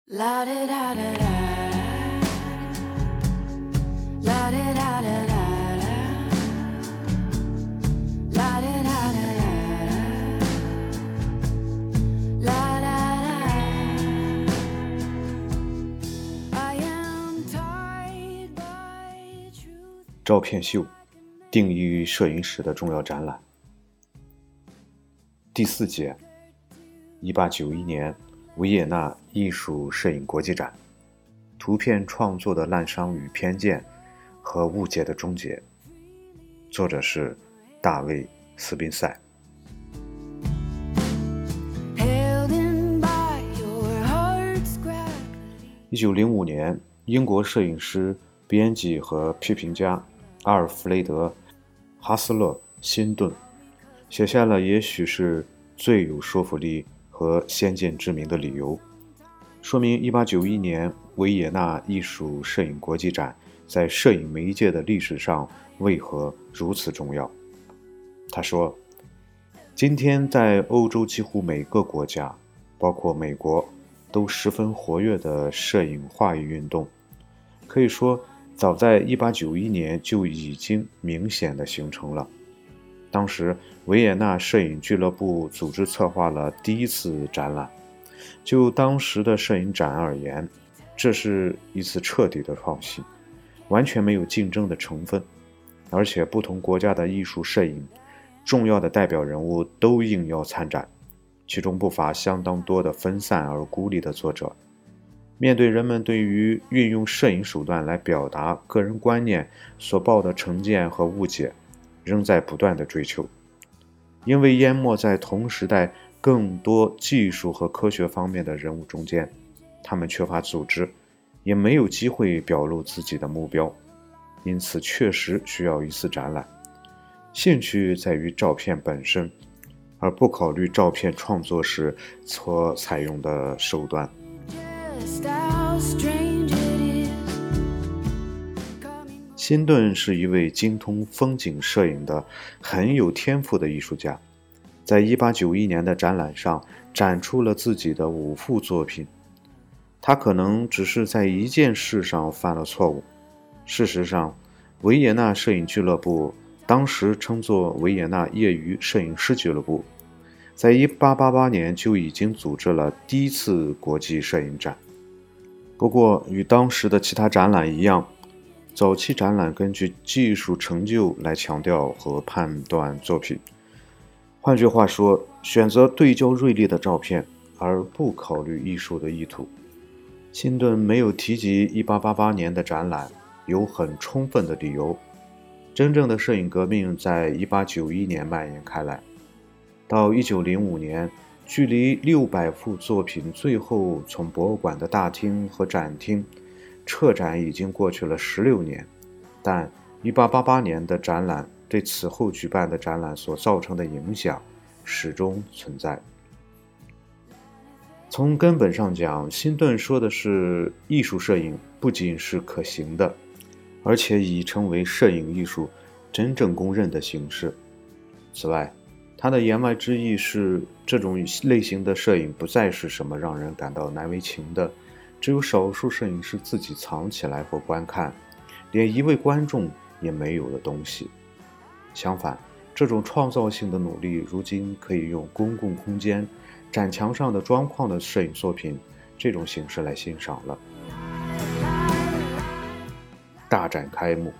La da da da da La da da da da La da da da La da da I am tied by truth 照片秀，定义摄影史的重要展览。第4节，1891年维也纳艺术摄影国际展，图片创作的滥觞与偏见和误解的终结。作者是大卫·斯宾塞。 held in by your heart's gravity 1905年，英国摄影师、编辑和批评家阿尔弗雷德·哈斯勒·辛顿写下了也许是最有说服力和先见之明的理由，说明1891年维也纳艺术摄影国际展在摄影媒介的历史上为何如此重要。他说，今天在欧洲几乎每个国家，包括美国，都十分活跃的摄影话语运动，可以说早在1891年就已经明显地形成了。当时维也纳摄影俱乐部组织策划了第一次展览，就当时的摄影展而言，这是一次彻底的创新，完全没有竞争的成分，而且不同国家的艺术摄影重要的代表人物都应邀参展，其中不乏相当多的分散而孤立的作者。面对人们对于运用摄影手段来表达个人观念所抱的成见和误解，仍在不断的追求。因为淹没在同时代更多技术和科学方面的人物中间，他们缺乏组织，也没有机会表露自己的目标，因此确实需要一次展览。兴趣在于照片本身，而不考虑照片创作时所采用的手段。 just how strange it is 辛顿是一位精通风景摄影的很有天赋的艺术家，在1891年的展览上展出了自己的5幅作品。他可能只是在一件事上犯了错误。事实上，维也纳摄影俱乐部当时称作维也纳业余摄影师俱乐部，在1888年就已经组织了第一次国际摄影展。不过与当时的其他展览一样，早期展览根据技术成就来强调和判断作品，换句话说，选择对焦锐利的照片，而不考虑艺术的意图。辛顿没有提及1888年的展览，有很充分的理由。真正的摄影革命在1891年蔓延开来，到1905年，距离600幅作品最后从博物馆的大厅和展厅撤展已经过去了16年，但1888年的展览对此后举办的展览所造成的影响始终存在。从根本上讲，辛顿说的是艺术摄影不仅是可行的，而且已成为摄影艺术真正公认的形式。此外，他的言外之意是，这种类型的摄影不再是什么让人感到难为情的，只有少数摄影师自己藏起来或观看，连一位观众也没有的东西。相反，这种创造性的努力如今可以用公共空间、展墙上的砖框的摄影作品这种形式来欣赏了。大展开幕。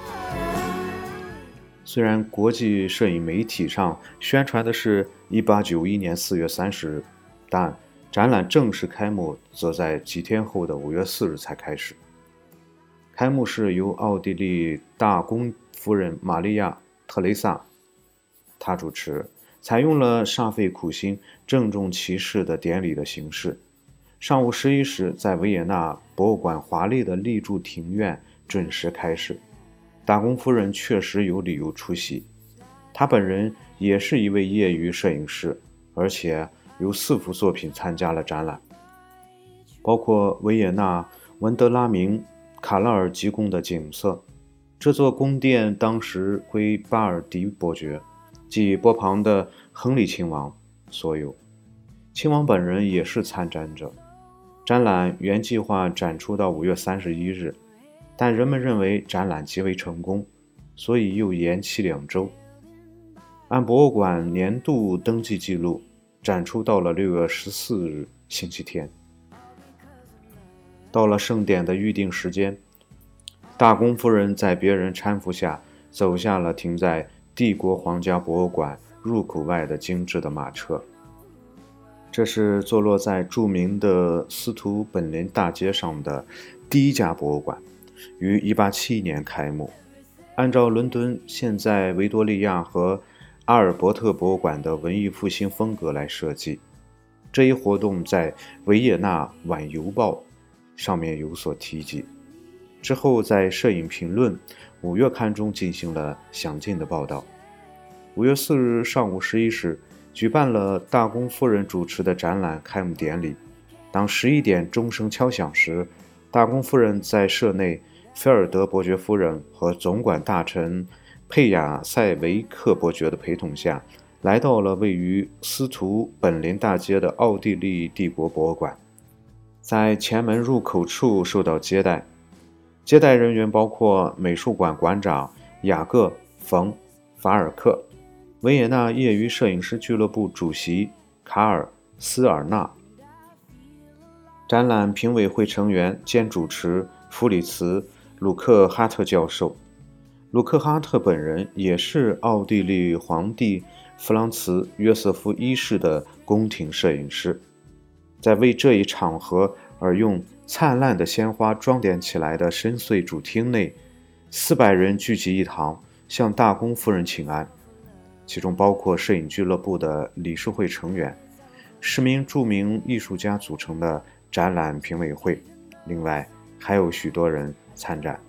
虽然国际摄影媒体上宣传的是1891年4月30日，但展览正式开幕则在几天后的5月4日才开始。开幕式由奥地利大公夫人玛利亚·特蕾萨她主持，采用了煞费苦心、郑重其事的典礼的形式。上午11时，在维也纳博物馆华丽的立柱庭院准时开始。大公夫人确实有理由出席，她本人也是一位业余摄影师，而且有4幅作品参加了展览，包括维也纳文德拉明卡拉尔吉宫的景色。这座宫殿当时归巴尔迪伯爵，即波旁的亨利亲王所有，亲王本人也是参展者。 展览原计划展出到5月31日，但人们认为展览极为成功，所以又延期2周。按博物馆年度登记记录，展出到了6月14日星期天。到了盛典的预定时间，大公夫人在别人搀扶下走下了停在帝国皇家博物馆入口外的精致的马车。这是坐落在著名的斯图本林大街上的第一家博物馆，于1871年开幕。按照伦敦现在维多利亚和阿尔伯特博物馆的文艺复兴风格来设计。这一活动在维也纳晚邮报上面有所提及，之后在摄影评论5月刊中进行了详尽的报道。5月4日上午11时举办了大公夫人主持的展览开幕典礼。当11点钟声敲响时，大公夫人在舍内菲尔德伯爵夫人和总管大臣佩亚塞维克伯爵的陪同下，来到了位于斯图本林大街的奥地利帝国博物馆，在前门入口处受到接待。接待人员包括美术馆馆长雅各·冯·法尔克、维也纳业余摄影师俱乐部主席卡尔·斯尔纳、展览评委会成员兼主持弗里茨·鲁克哈特教授。鲁克哈特本人也是奥地利皇帝弗朗茨·约瑟夫一世的宫廷摄影师。在为这一场合而用灿烂的鲜花装点起来的深邃主厅内，400人聚集一堂，向大公夫人请安，其中包括摄影俱乐部的理事会成员、10名著名艺术家组成的展览评委会，另外还有许多人参展。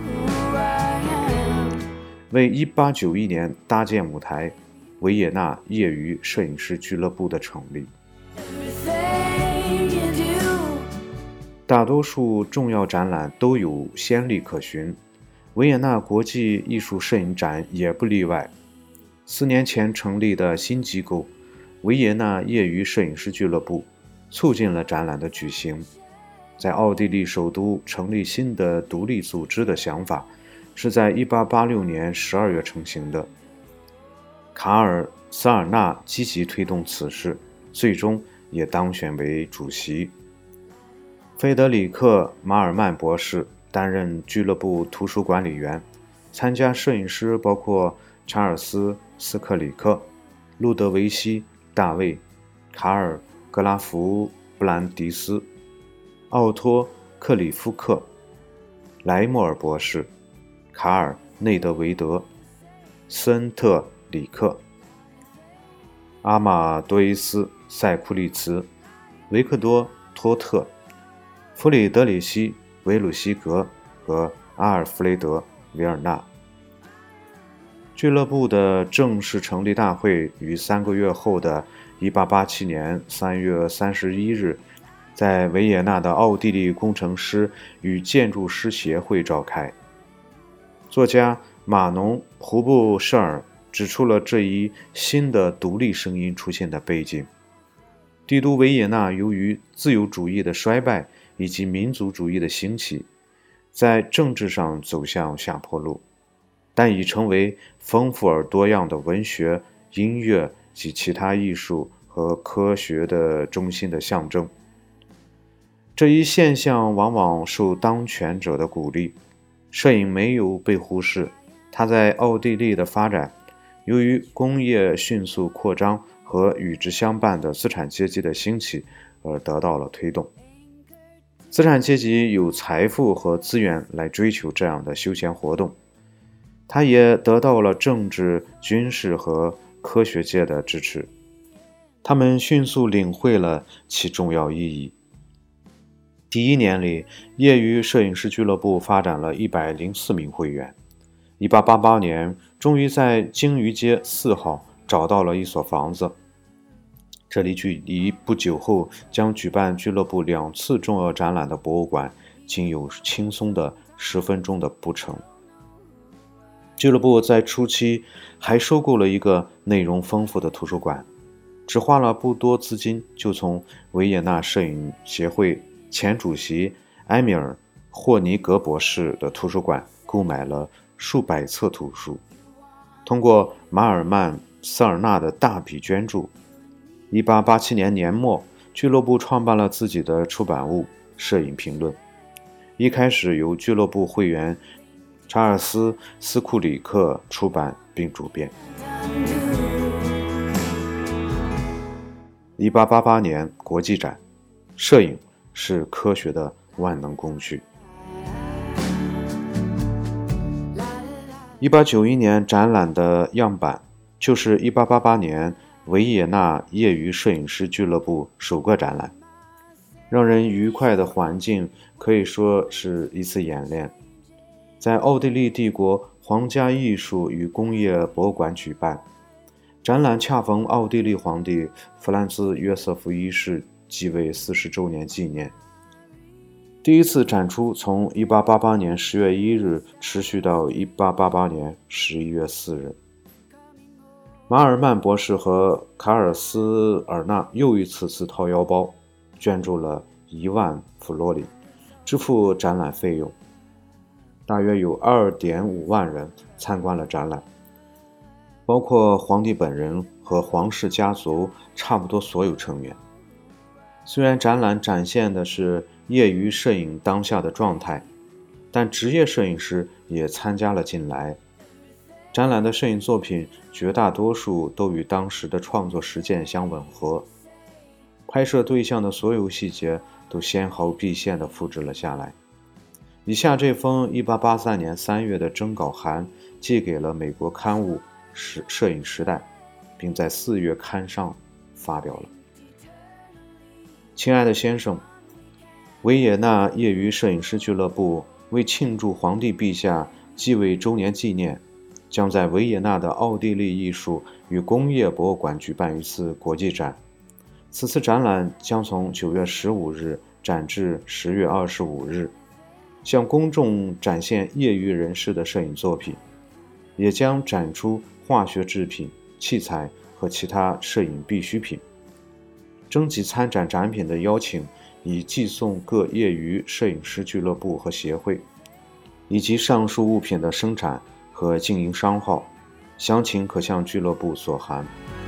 为1891年搭建舞台，维也纳业余摄影师俱乐部的成立。大多数重要展览都有先例可循，维也纳国际艺术摄影展也不例外。4年前成立的新机构维也纳业余摄影师俱乐部促进了展览的举行。在奥地利首都成立新的独立组织的想法是在1886年12月成型的。卡尔·斯尔纳积极推动此事，最终也当选为主席。费德里克·马尔曼博士担任俱乐部图书管理员，参加摄影师包括查尔斯·斯克里克、路德维希·大卫、卡尔·格拉夫·布兰迪斯、奥托·克里夫克、莱莫尔博士、卡尔·内德维德、斯恩特里克、阿马多伊斯·塞库利茨、维克多·托特、弗里德里希·维鲁西格和阿尔弗雷德·维尔纳。俱乐部的正式成立大会于3个月后的1887年3月31日在维也纳的奥地利工程师与建筑师协会召开。作家马农·胡布舍尔指出了这一新的独立声音出现的背景。帝都维也纳由于自由主义的衰败以及民族主义的兴起，在政治上走向下坡路，但已成为丰富而多样的文学、音乐及其他艺术和科学的中心的象征。这一现象往往受当权者的鼓励，摄影没有被忽视，它在奥地利的发展，由于工业迅速扩张和与之相伴的资产阶级的兴起而得到了推动。资产阶级有财富和资源来追求这样的休闲活动，它也得到了政治、军事和科学界的支持，他们迅速领会了其重要意义。第一年里，业余摄影师俱乐部发展了104名会员。1888年，终于在鲸鱼街4号找到了一所房子，这里距离不久后将举办俱乐部2次重要展览的博物馆仅有轻松的10分钟的步程。俱乐部在初期还收购了一个内容丰富的图书馆，只花了不多资金就从维也纳摄影协会前主席埃米尔·霍尼格博士的图书馆购买了数百册图书。通过马尔曼·瑟尔纳的大笔捐助，1887年年末，俱乐部创办了自己的出版物《摄影评论》，一开始由俱乐部会员查尔斯·斯库里克出版并主编。1888年国际展，摄影是科学的万能工具。1891年展览的样板就是1888年维也纳业余摄影师俱乐部首个展览。让人愉快的环境可以说是一次演练，在奥地利帝国皇家艺术与工业博物馆举办。展览恰逢奥地利皇帝弗兰兹·约瑟夫一世继位40周年纪念。第一次展出从1888年10月1日持续到1888年11月4日。马尔曼博士和卡尔斯尔纳又一次掏腰包，捐助了1万弗罗林，支付展览费用。大约有 2.5 万人参观了展览，包括皇帝本人和皇室家族差不多所有成员。虽然展览展现的是业余摄影当下的状态，但职业摄影师也参加了进来。展览的摄影作品绝大多数都与当时的创作实践相吻合，拍摄对象的所有细节都纤毫毕现地复制了下来。以下这封1883年3月的征稿函寄给了美国刊物《摄影时代》，并在4月刊上发表了。亲爱的先生，维也纳业余摄影师俱乐部为庆祝皇帝陛下继位周年纪念，将在维也纳的奥地利艺术与工业博物馆举办一次国际展。此次展览将从9月15日展至10月25日，向公众展现业余人士的摄影作品，也将展出化学制品、器材和其他摄影必需品。征集参展展品的邀请已寄送各业余摄影师俱乐部和协会，以及上述物品的生产和经营商号，详情可向俱乐部索函。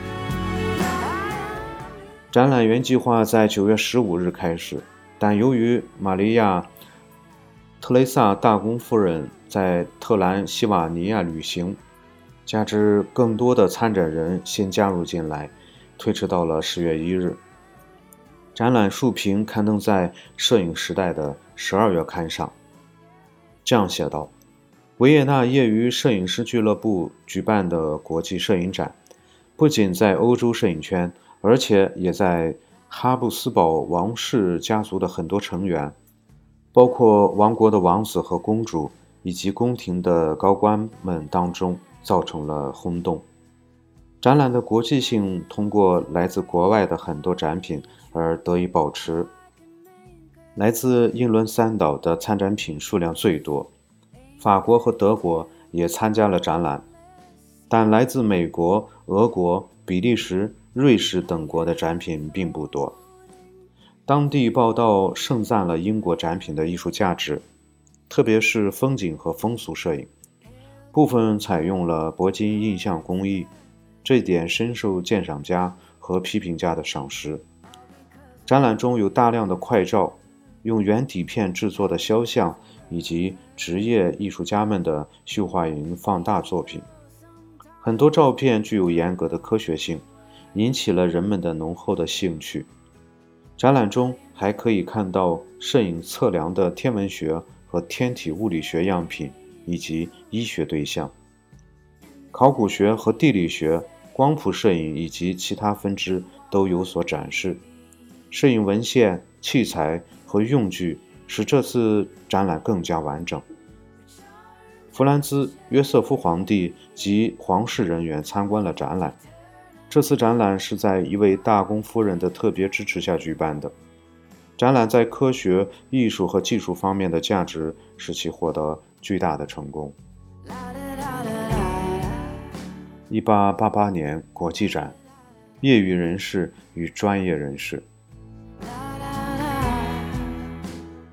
展览原计划在9月15日开始，但由于玛利亚·特蕾萨大公夫人在特兰西瓦尼亚旅行，加之更多的参展人先加入进来，推迟到了10月1日。展览述评刊登在《摄影时代》的12月刊上，这样写道：维也纳业余摄影师俱乐部举办的国际摄影展，不仅在欧洲摄影圈，而且也在哈布斯堡王室家族的很多成员，包括王国的王子和公主以及宫廷的高官们当中造成了轰动。展览的国际性通过来自国外的很多展品而得以保持。来自英伦三岛的参展品数量最多，法国和德国也参加了展览，但来自美国、俄国、比利时、瑞士等国的展品并不多。当地报道盛赞了英国展品的艺术价值，特别是风景和风俗摄影，部分采用了铂金印象工艺，这一点深受鉴赏家和批评家的赏识。展览中有大量的快照，用圆底片制作的肖像，以及职业艺术家们的繡花银放大作品。很多照片具有严格的科学性，引起了人们的浓厚的兴趣。展览中还可以看到摄影测量的天文学和天体物理学样品，以及医学对象。考古学和地理学、光谱摄影以及其他分支都有所展示。摄影文献、器材和用具使这次展览更加完整。弗兰兹·约瑟夫皇帝及皇室人员参观了展览。这次展览是在一位大公夫人的特别支持下举办的。展览在科学、艺术和技术方面的价值使其获得巨大的成功。1888年国际展，业余人士与专业人士。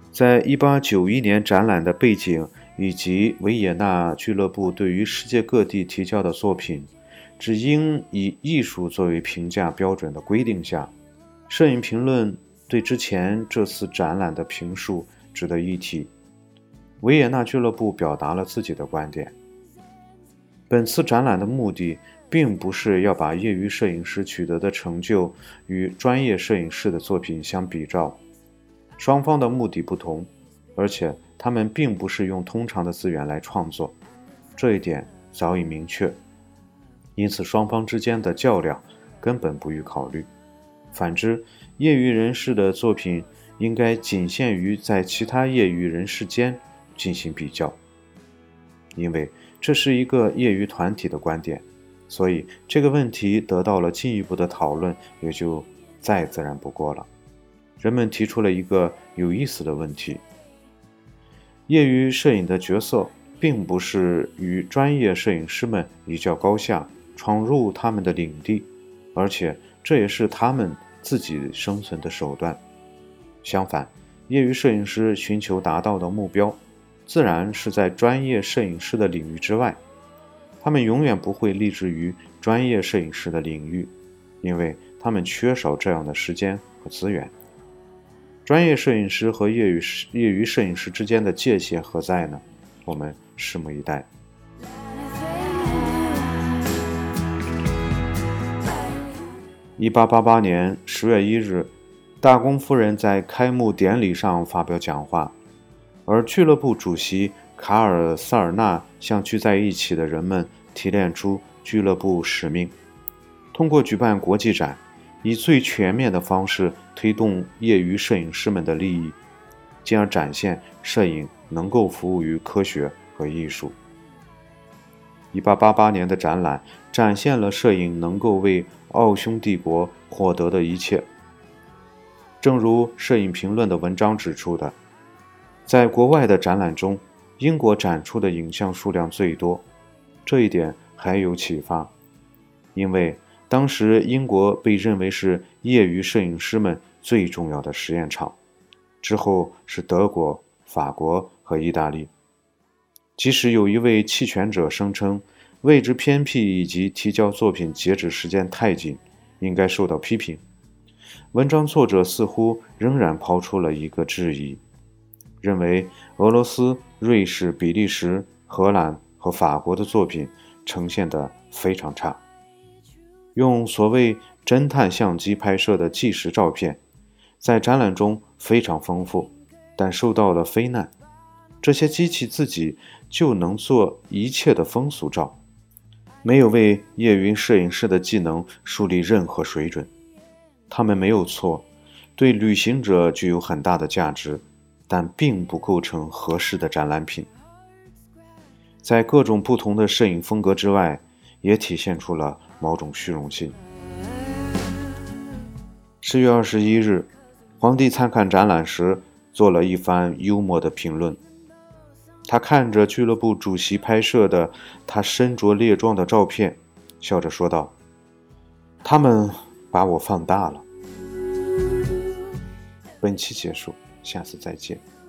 在1891年展览的背景以及维也纳俱乐部对于世界各地提交的作品只应以艺术作为评价标准的规定下，摄影评论对之前这次展览的评述值得一提。维也纳俱乐部表达了自己的观点。本次展览的目的并不是要把业余摄影师取得的成就与专业摄影师的作品相比照，双方的目的不同，而且他们并不是用通常的资源来创作，这一点早已明确，因此双方之间的较量根本不予考虑。反之，业余人士的作品应该仅限于在其他业余人士间进行比较，因为这是一个业余团体的观点，所以这个问题得到了进一步的讨论，也就再自然不过了。人们提出了一个有意思的问题：业余摄影的角色并不是与专业摄影师们一较高下，闯入他们的领地，而且这也是他们自己生存的手段。相反，业余摄影师寻求达到的目标自然是在专业摄影师的领域之外，他们永远不会立志于专业摄影师的领域，因为他们缺少这样的时间和资源。专业摄影师和业余摄影师之间的界限何在呢？我们拭目以待。1888年10月1日，大公夫人在开幕典礼上发表讲话，而俱乐部主席卡尔·萨尔纳向聚在一起的人们提炼出俱乐部使命，通过举办国际展，以最全面的方式推动业余摄影师们的利益，进而展现摄影能够服务于科学和艺术。1888年的展览展现了摄影能够为奥匈帝国获得的一切。正如摄影评论的文章指出的，在国外的展览中，英国展出的影像数量最多。这一点还有启发，因为当时英国被认为是业余摄影师们最重要的实验场，之后是德国、法国和意大利。即使有一位弃权者声称位置偏僻以及提交作品截止时间太紧，应该受到批评，文章作者似乎仍然抛出了一个质疑，认为俄罗斯、瑞士、比利时、荷兰和法国的作品呈现得非常差。用所谓侦探相机拍摄的纪实照片，在展览中非常丰富，但受到了非难。这些机器自己就能做一切的风俗照，没有为业余摄影师的技能树立任何水准。他们没有错，对旅行者具有很大的价值，但并不构成合适的展览品。在各种不同的摄影风格之外，也体现出了某种虚荣心。10月21日，皇帝参看展览时做了一番幽默的评论。他看着俱乐部主席拍摄的他身着猎装的照片，笑着说道：“他们把我放大了。”本期结束，下次再见。